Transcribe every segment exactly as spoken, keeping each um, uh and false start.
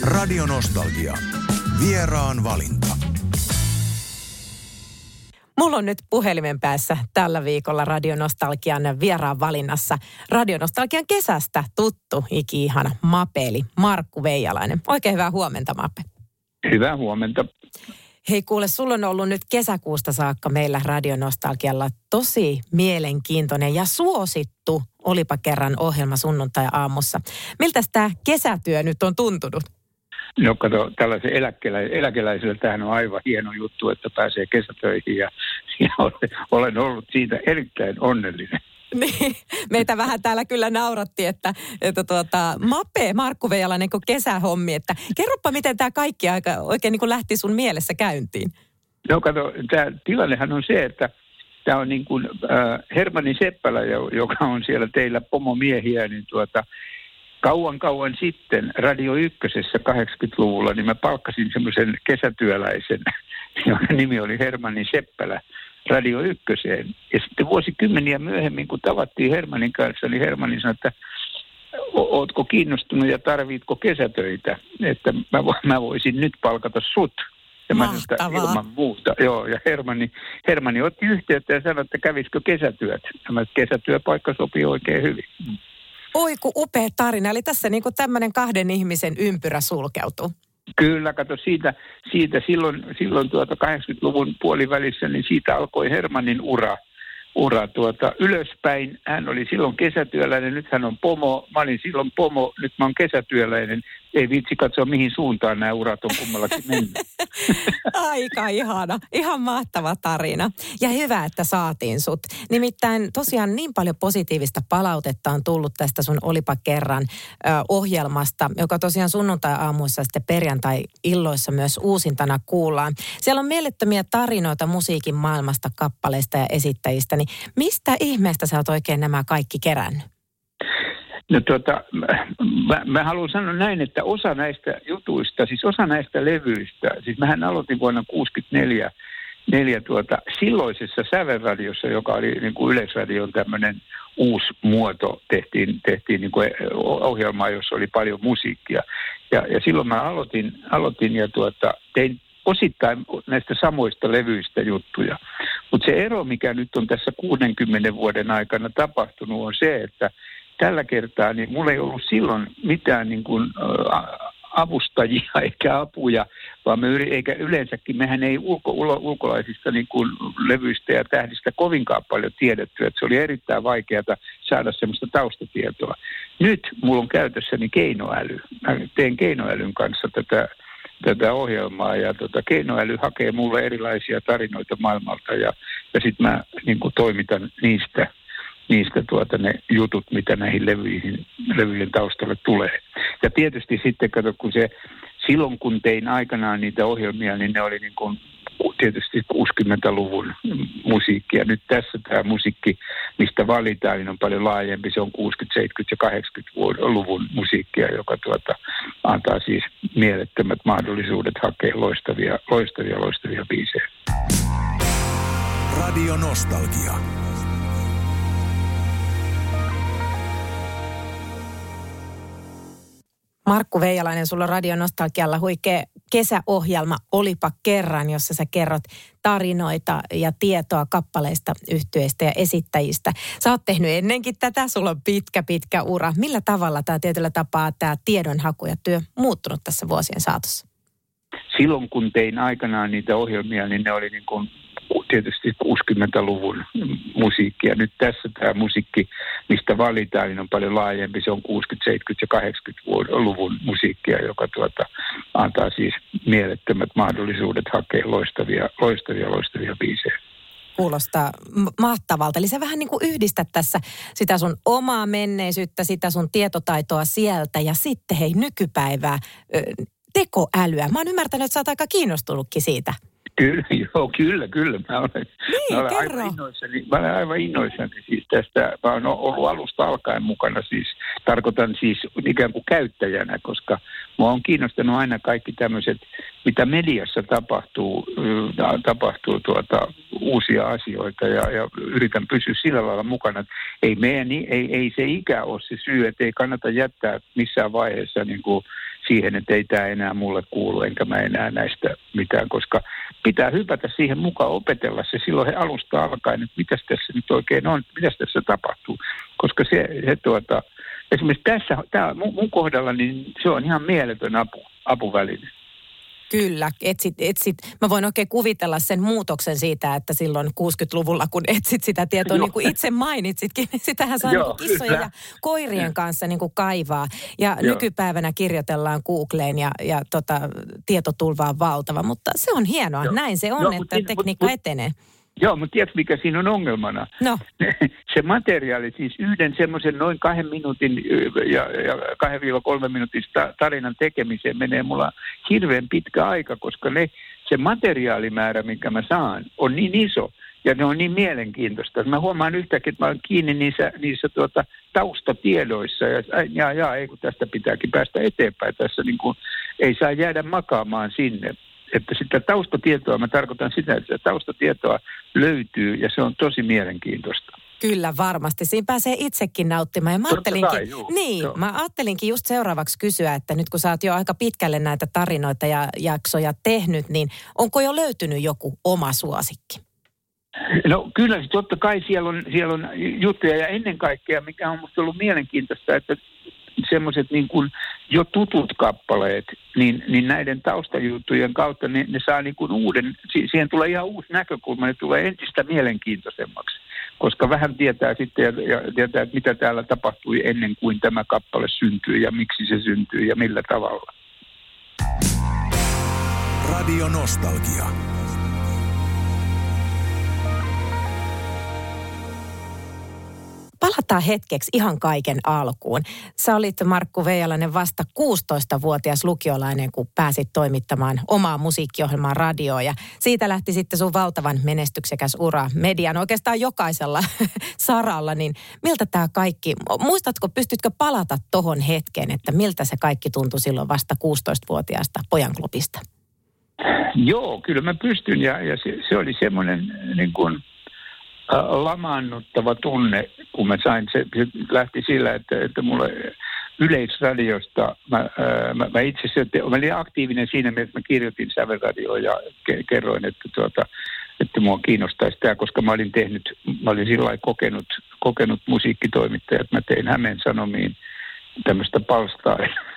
Radio Nostalgia. Vieraan valinta. Mulla on nyt puhelimen päässä tällä viikolla Radio Nostalgian vieraan valinnassa Radio Nostalgian kesästä tuttu iki-ihana Mape, Markku Veijalainen. Oikein hyvää huomenta, Mape. Hyvää huomenta. Hei kuule, sulla on ollut nyt kesäkuusta saakka meillä Radio Nostalgialla tosi mielenkiintoinen ja suosittu Olipa kerran ohjelma sunnuntai-aamussa. Miltäs tämä kesätyö nyt on tuntunut? No kato, tällaisen eläkelä- eläkeläisille tämähän on aivan hieno juttu, että pääsee kesätöihin ja, ja olen, olen ollut siitä erittäin onnellinen. Niin, meitä vähän täällä kyllä nauratti, että, että tuota, Mape, Markku Veijalainen, kun kesähommi, että kerropa miten tämä kaikki aika oikein niin kuin lähti sun mielessä käyntiin. No kato, tämä tilannehan on se, että tämä on niin kuin äh, Hermanni Seppälä, joka on siellä teillä pomomiehiä, niin tuota, kauan kauan sitten Radio Ykkösessä kahdeksankymmentäluvulla, niin mä palkkasin semmoisen kesätyöläisen, jonka nimi oli Hermanni Seppälä, Radio Ykköseen. Ja sitten vuosikymmeniä myöhemmin, kun tavattiin Hermannin kanssa, niin Hermanni sanoi, että ootko kiinnostunut ja tarvitko kesätöitä, että mä, mä voisin nyt palkata sut. Ja mä sanoin, että ilman muuta. Joo, ja Hermanni, Hermanni otti yhteyttä ja sanoi, että kävisikö kesätyöt. Tämä kesätyöpaikka sopii oikein hyvin. Oi, kun upea tarina. Eli tässä niin kuin tämmöinen kahden ihmisen ympyrä sulkeutui. Kyllä, kato siitä, siitä silloin, silloin tuota kahdeksankymmentäluvun puolivälissä, niin siitä alkoi Hermannin ura, ura tuota, ylöspäin. Hän oli silloin kesätyöläinen, nyt hän on pomo. Mä olin silloin pomo, nyt mä oon kesätyöläinen. Ei viitsi katsoa, mihin suuntaan nämä urat on kummallakin mennyt. Aika ihana. Ihan mahtava tarina. Ja hyvä, että saatiin sut. Nimittäin tosiaan niin paljon positiivista palautetta on tullut tästä sun Olipa kerran ö, ohjelmasta, joka tosiaan sunnuntai-aamuissa sitten perjantai-illoissa myös uusintana kuullaan. Siellä on mielettömiä tarinoita musiikin maailmasta, kappaleista ja esittäjistä. Niin mistä ihmeestä sä oot oikein nämä kaikki kerännyt? No tuota, mä, mä haluan sanoa näin, että osa näistä jutuista, siis osa näistä levyistä, siis mähän aloitin vuonna kuusikymmentäneljä neljä, tuota, silloisessa Sävelradiossa, joka oli niin kuin Yleisradion tämmöinen uusi muoto, tehtiin, tehtiin niin kuin ohjelmaa, jossa oli paljon musiikkia. Ja, ja silloin mä aloitin, aloitin ja tuota, tein osittain näistä samoista levyistä juttuja. Mutta se ero, mikä nyt on tässä kuudenkymmenen vuoden aikana tapahtunut, on se, että tällä kertaa niin mulla ei ollut silloin mitään niin kuin, ä, avustajia eikä apuja, vaan me, eikä yleensäkin mehän ei ulko, ulo, ulkolaisista niin kuin levyistä ja tähdistä kovinkaan paljon tiedetty, että se oli erittäin vaikeaa saada semmoista taustatietoa. Nyt mulla on käytössäni keinoäly. Mä teen keinoälyn kanssa tätä, tätä ohjelmaa ja tota, keinoäly hakee mulle erilaisia tarinoita maailmalta ja, ja sitten mä niin kuin toimitan niistä niistä tuota ne jutut, mitä näihin levyihin, levyjen taustalle tulee. Ja tietysti sitten, kato, kun se, silloin kun tein aikanaan niitä ohjelmia, niin ne oli niin kuin tietysti kuusikymmentäluvun musiikkia. Nyt tässä tämä musiikki, mistä valitaan, niin on paljon laajempi. Se on kuusikymmentä-, seitsemänkymmentä- ja kahdeksankymmentäluvun musiikkia, joka tuota, antaa siis mielettömät mahdollisuudet hakea loistavia, loistavia, loistavia biisejä. Radio Nostalgia. Markku Veijalainen, sulla on Radio Nostalgialla huikea kesäohjelma Olipa kerran, jossa sä kerrot tarinoita ja tietoa kappaleista, yhtyeistä ja esittäjistä. Sä oot tehnyt ennenkin tätä, sulla on pitkä, pitkä ura. Millä tavalla tämä tietyllä tapaa tämä tiedonhaku ja työ muuttunut tässä vuosien saatossa? Silloin kun tein aikanaan niitä ohjelmia, niin ne oli niin kuin tietysti kuusikymmentäluvun musiikkia. Nyt tässä tämä musiikki, mistä valitaan, niin on paljon laajempi. Se on kuusikymmentä-, seitsemänkymmentä- ja kahdeksankymmentäluvun musiikkia, joka tuota, antaa siis mielettömät mahdollisuudet hakea loistavia, loistavia, loistavia biisejä. Kuulostaa mahtavalta. Eli sä vähän niin kuin yhdistät tässä sitä sun omaa menneisyyttä, sitä sun tietotaitoa sieltä ja sitten hei nykypäivää, tekoälyä. Mä oon ymmärtänyt, että sä oot aika kiinnostunutkin siitä. Kyllä, joo, kyllä, kyllä. Mä olen, niin, mä olen aivan innoissani, mä olen aivan innoissani siis tästä. Mä olen ollut alusta alkaen mukana siis, tarkoitan siis ikään kuin käyttäjänä, koska mua on kiinnostanut aina kaikki tämmöiset, mitä mediassa tapahtuu, tapahtuu tuota, uusia asioita ja, ja yritän pysyä sillä lailla mukana. Ei, meidän, ei, ei se ikä ole se syy, että ei kannata jättää missään vaiheessa niin kuin siihen, että ei tämä enää mulle kuulu, enkä mä enää näistä mitään, koska pitää hypätä siihen mukaan, opetella se silloin he alusta alkaen, että mitäs tässä nyt oikein on, mitäs tässä tapahtuu, koska se, se tuota, esimerkiksi tässä, tää, mun, mun kohdalla, niin se on ihan mieletön apu, apuväline. Kyllä, etsit, etsit. Mä voin oikein kuvitella sen muutoksen siitä, että silloin kuusikymmentäluvulla, kun etsit sitä tietoa, niin kuin itse mainitsitkin, niin sitähän saa Joo, niin kissojen ja koirien kanssa niin kuin kaivaa. Ja Joo. nykypäivänä kirjoitellaan Googleen ja, ja tota, tietotulva on valtava, mutta se on hienoa. Joo. Näin se on, Joo, että mutta, tekniikka mutta, etenee. Joo, mutta tiedätkö, mikä siinä on ongelmana? No. Se materiaali, siis yhden semmoisen noin kahden minuutin ja, ja kahden viiva kolmen minuutin tarinan tekemiseen menee mulla hirveän pitkä aika, koska ne, se materiaalimäärä, minkä mä saan, on niin iso ja ne on niin mielenkiintoista. Mä huomaan yhtäkkiä, että mä olen kiinni niissä, niissä tuota, taustatiedoissa ja, ja, ja ei kun tästä pitääkin päästä eteenpäin. Tässä niin kuin, ei saa jäädä makaamaan sinne. Että sitä taustatietoa, mä tarkoitan sitä, että sitä taustatietoa löytyy ja se on tosi mielenkiintoista. Kyllä, varmasti. Siinä pääsee itsekin nauttimaan. Ja mä ajattelinkin, kai, juu, niin, joo. mä ajattelinkin just seuraavaksi kysyä, että nyt kun sä oot jo aika pitkälle näitä tarinoita ja jaksoja tehnyt, niin onko jo löytynyt joku oma suosikki? No kyllä, totta kai siellä on, siellä on juttuja ja ennen kaikkea, mikä on musta ollut mielenkiintoista, että semmoiset niin kuin jo tutut kappaleet, niin, niin näiden taustajuttujen kautta ne, ne saa niin kuin uuden, siihen tulee ihan uusi näkökulma, ne tulee entistä mielenkiintoisemmaksi, koska vähän tietää sitten ja, ja tietää, että mitä täällä tapahtui ennen kuin tämä kappale syntyi ja miksi se syntyi ja millä tavalla. Radio Nostalgia. Palataan hetkeksi ihan kaiken alkuun. Sä olit, Markku Veijalainen, vasta kuusitoistavuotias lukiolainen, kun pääsit toimittamaan omaa musiikkiohjelmaa radioon. Ja siitä lähti sitten sun valtavan menestyksekäs ura median oikeastaan jokaisella saralla. Niin miltä tämä kaikki, muistatko, pystytkö palata tohon hetkeen, että miltä se kaikki tuntui silloin vasta kuusitoistavuotiaasta pojanklubista? Joo, kyllä mä pystyn ja, ja se, se oli semmoinen niin kuin lamaannuttava tunne, kun mä sain, se, se lähti sillä, että, että mulle Yleisradiosta, mä, ää, mä, mä itse asiassa, mä olin aktiivinen siinä mielessä, että mä kirjoitin Sävelradioon ja ke, kerroin, että, tuota, että mua kiinnostaisi tämä, koska mä olin tehnyt, mä olin sillä lailla kokenut, kokenut musiikkitoimittaja, että mä tein Hämeen Sanomiin tämmöistä palstaa,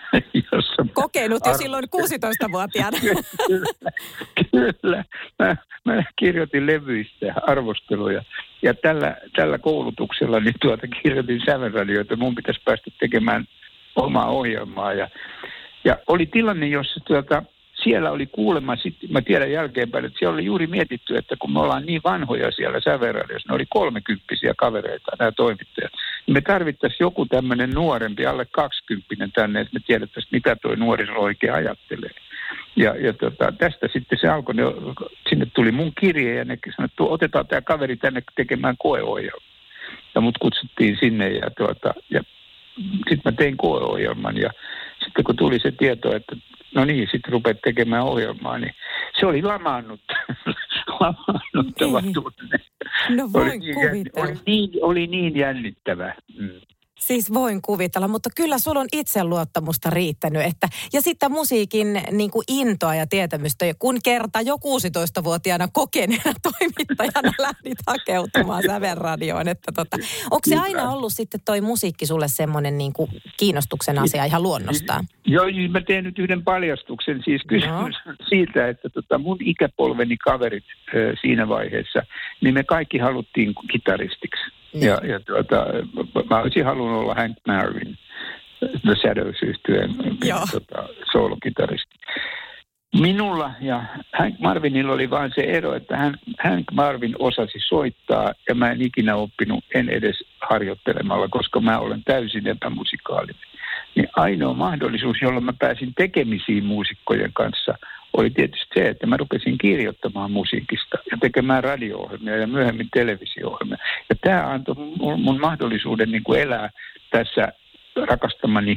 jossa kokenut jo ar- silloin kuusitoistavuotiaana. Kyllä, kyllä. Mä, mä kirjoitin levyistä arvosteluja ja tällä, tällä koulutuksella niin tuota kirjoitin Sävelradioita. Mun pitäisi päästä tekemään omaa ohjelmaa ja, ja oli tilanne, jossa tuota, siellä oli kuulemma, sit, mä tiedän jälkeenpäin, että siellä oli juuri mietitty, että kun me ollaan niin vanhoja siellä Sävelradiossa, ne oli kolmekymppisiä kavereita, nämä toimittajat, niin me tarvittaisiin joku tämmöinen nuorempi, alle kaksikymppinen tänne, että me tiedettäisiin, mitä tuo nuoriso oikein ajattelee. Ja, ja tota, tästä sitten se alkoi, ne, sinne tuli mun kirje ja ne sanoi, että otetaan tämä kaveri tänne tekemään koeohjelma. Ja mut kutsuttiin sinne ja, tuota, ja sitten mä tein koeohjelman ja sitten kun tuli se tieto, että no niin, sitten rupeat tekemään ohjelmaa, niin se oli lamaannuttava, lamaannuttava niin. tunne. No voin oli niin, kuvitella. Oli niin, oli niin jännittävä. Mm. Siis voin kuvitella, mutta kyllä sulla on itseluottamusta riittänyt. Että, ja sitten musiikin niin kuin intoa ja tietämystä, kun kerta jo kuusitoistavuotiaana kokeneena toimittajana lähdit hakeutumaan Sävelradioon. Että tota, onko se aina ollut sitten toi musiikki sulle semmoinen niin kuin kiinnostuksen asia ihan luonnostaan? Joo, mä teen nyt yhden paljastuksen. Siis kysymys no. siitä, että tota mun ikäpolveni kaverit äh, siinä vaiheessa, niin me kaikki haluttiin kitaristiksi. Niin. Ja, ja tuota, mä olisin halunnut olla Hank Marvin, The Shadows-yhtyeen tota, soolokitaristi. Minulla ja Hank Marvinilla oli vain se ero, että hän, Hank Marvin osasi soittaa ja mä en ikinä oppinut, en edes harjoittelemalla, koska mä olen täysin epämusikaalinen. Niin ainoa mahdollisuus, jolla mä pääsin tekemisiin muusikkojen kanssa, oli tietysti se, että mä rupesin kirjoittamaan musiikista ja tekemään radio-ohjelmia ja myöhemmin televisio-ohjelmia. Ja tämä antoi mun, mun mahdollisuuden niin kuin elää tässä rakastamani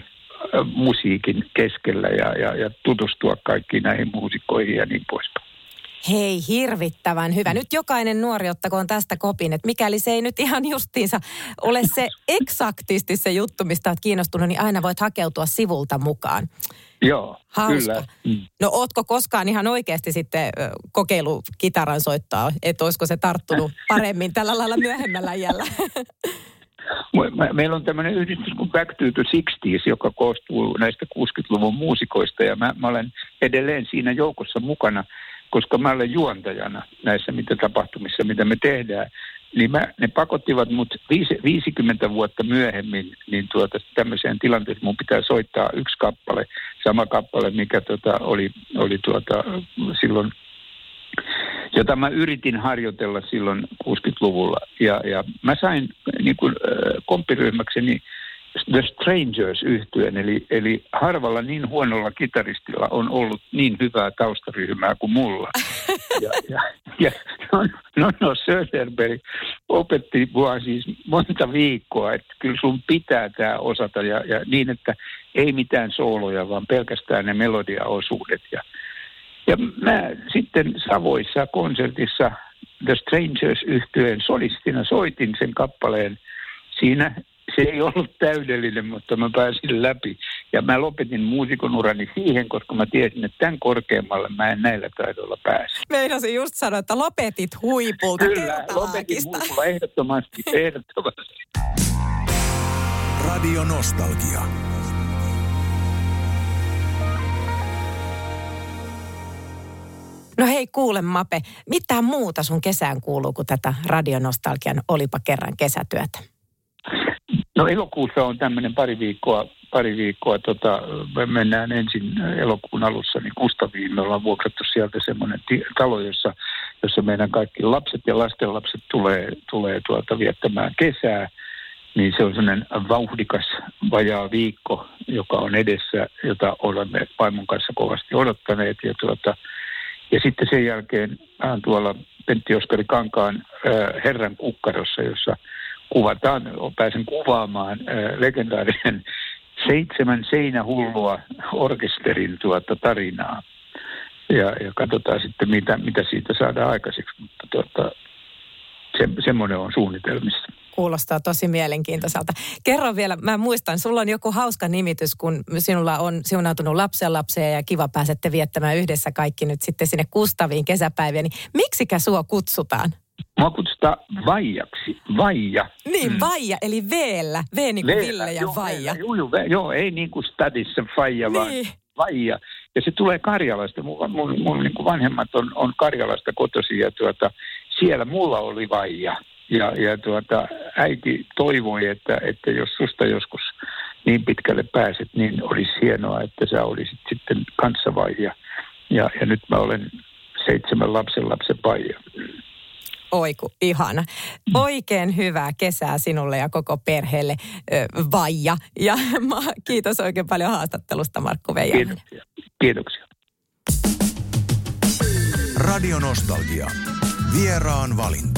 musiikin keskellä ja, ja, ja tutustua kaikkiin näihin muusikkoihin ja niin poispäin. Hei, hirvittävän hyvä. Nyt jokainen nuori ottakoon tästä kopin, että mikäli se ei nyt ihan justiinsa ole se eksaktisti se juttu, mistä olet kiinnostunut, niin aina voit hakeutua sivulta mukaan. Joo, hauska. kyllä. Mm. No ootko koskaan ihan oikeasti sitten kokeillut kitaran soittaa, että olisiko se tarttunut paremmin tällä lailla myöhemmällä iällä? Meillä on tämmöinen yhdistys kuin Back to the sixties, joka koostuu näistä kuusikymmentäluvun muusikoista ja mä, mä olen edelleen siinä joukossa mukana, koska mä olen juontajana näissä mitä tapahtumissa, mitä me tehdään. Niin mä, ne pakottivat mut viisi, viisikymmentä vuotta myöhemmin niin tuota, tämmöiseen tilanteeseen, mun pitää soittaa yksi kappale, sama kappale, mikä tota, oli, oli tuota, silloin, jota mä yritin harjoitella silloin kuusikymmentäluvulla. Ja, ja mä sain niin kuin äh, komppiryhmäkseni The Strangers-yhtyeen, eli, eli harvalla niin huonolla kitaristilla on ollut niin hyvää taustaryhmää kuin mulla. Ja, ja, ja no, no, no Söderberg opetti mua siis monta viikkoa, että kyllä sun pitää tämä osata ja, ja niin, että ei mitään sooloja, vaan pelkästään ne melodiaosuudet. Ja, ja mä sitten Savoissa konsertissa The Strangers-yhtyeen solistina soitin sen kappaleen siinä. Se ei ollut täydellinen, mutta mä pääsin läpi. Ja mä lopetin muusikon urani siihen, koska mä tiesin, että tämän korkeammalle mä en näillä taidoilla pääse. Meinasin just sanoa, että lopetit huipulta. Kyllä, lopetin huipulla ehdottomasti, ehdottomasti. Radio Nostalgia. No hei, kuule Mape, mitään muuta sun kesään kuuluu kuin tätä Radio Nostalgian Olipa kerran kesätyötä? No elokuussa on tämmöinen pari viikkoa, pari viikkoa tota, me mennään ensin elokuun alussa niin Kustaviin. Me ollaan vuokrattu sieltä semmoinen t- talo, jossa, jossa meidän kaikki lapset ja lastenlapset tulee, tulee tuolta viettämään kesää. Niin se on semmoinen vauhdikas vajaa viikko, joka on edessä, jota olemme vaimon kanssa kovasti odottaneet. Ja, tuota, ja sitten sen jälkeen on tuolla Pentti Oskari Kankaan äh, Herran kukkarossa, jossa kuvataan, pääsen kuvaamaan äh, legendaarisen seitsemän seinähullua orkesterin tuota tarinaa. Ja, ja katsotaan sitten, mitä, mitä siitä saadaan aikaiseksi. Mutta tuota, se, semmoinen on suunnitelmissa. Kuulostaa tosi mielenkiintoiselta. Kerro vielä, mä muistan, sulla on joku hauska nimitys, kun sinulla on siunautunut lapsenlapsia ja kiva pääsette viettämään yhdessä kaikki nyt sitten sinne Kustaviin kesäpäiviä. Niin miksikä sua kutsutaan? Mua kutsutaan Vaijaksi. Vaija. Niin, mm. Vaija, eli V-llä. V niin kuin Ville ja joo, Vaija. Joo, joo, joo, ei niin kuin stadissa Faija, vaan niin. Vaija. Ja se tulee Karjalasta. Mun, mun, mun niin kuin vanhemmat on, on Karjalasta kotoisin ja tuota, siellä mulla oli Vaija. Ja, ja tuota, äiti toivoi, että, että jos susta joskus niin pitkälle pääset, niin olisi hienoa, että sä olisit sitten kanssavaija. Ja, ja nyt mä olen seitsemän lapsen lapsen vaija. Oiku, ihana. Oikein hyvää kesää sinulle ja koko perheelle, äh, Vaija. Ja ma, kiitos oikein paljon haastattelusta, Markku Veijanen. Kiitoksia. Kiitoksia. Radio Nostalgia. Vieraan valinta.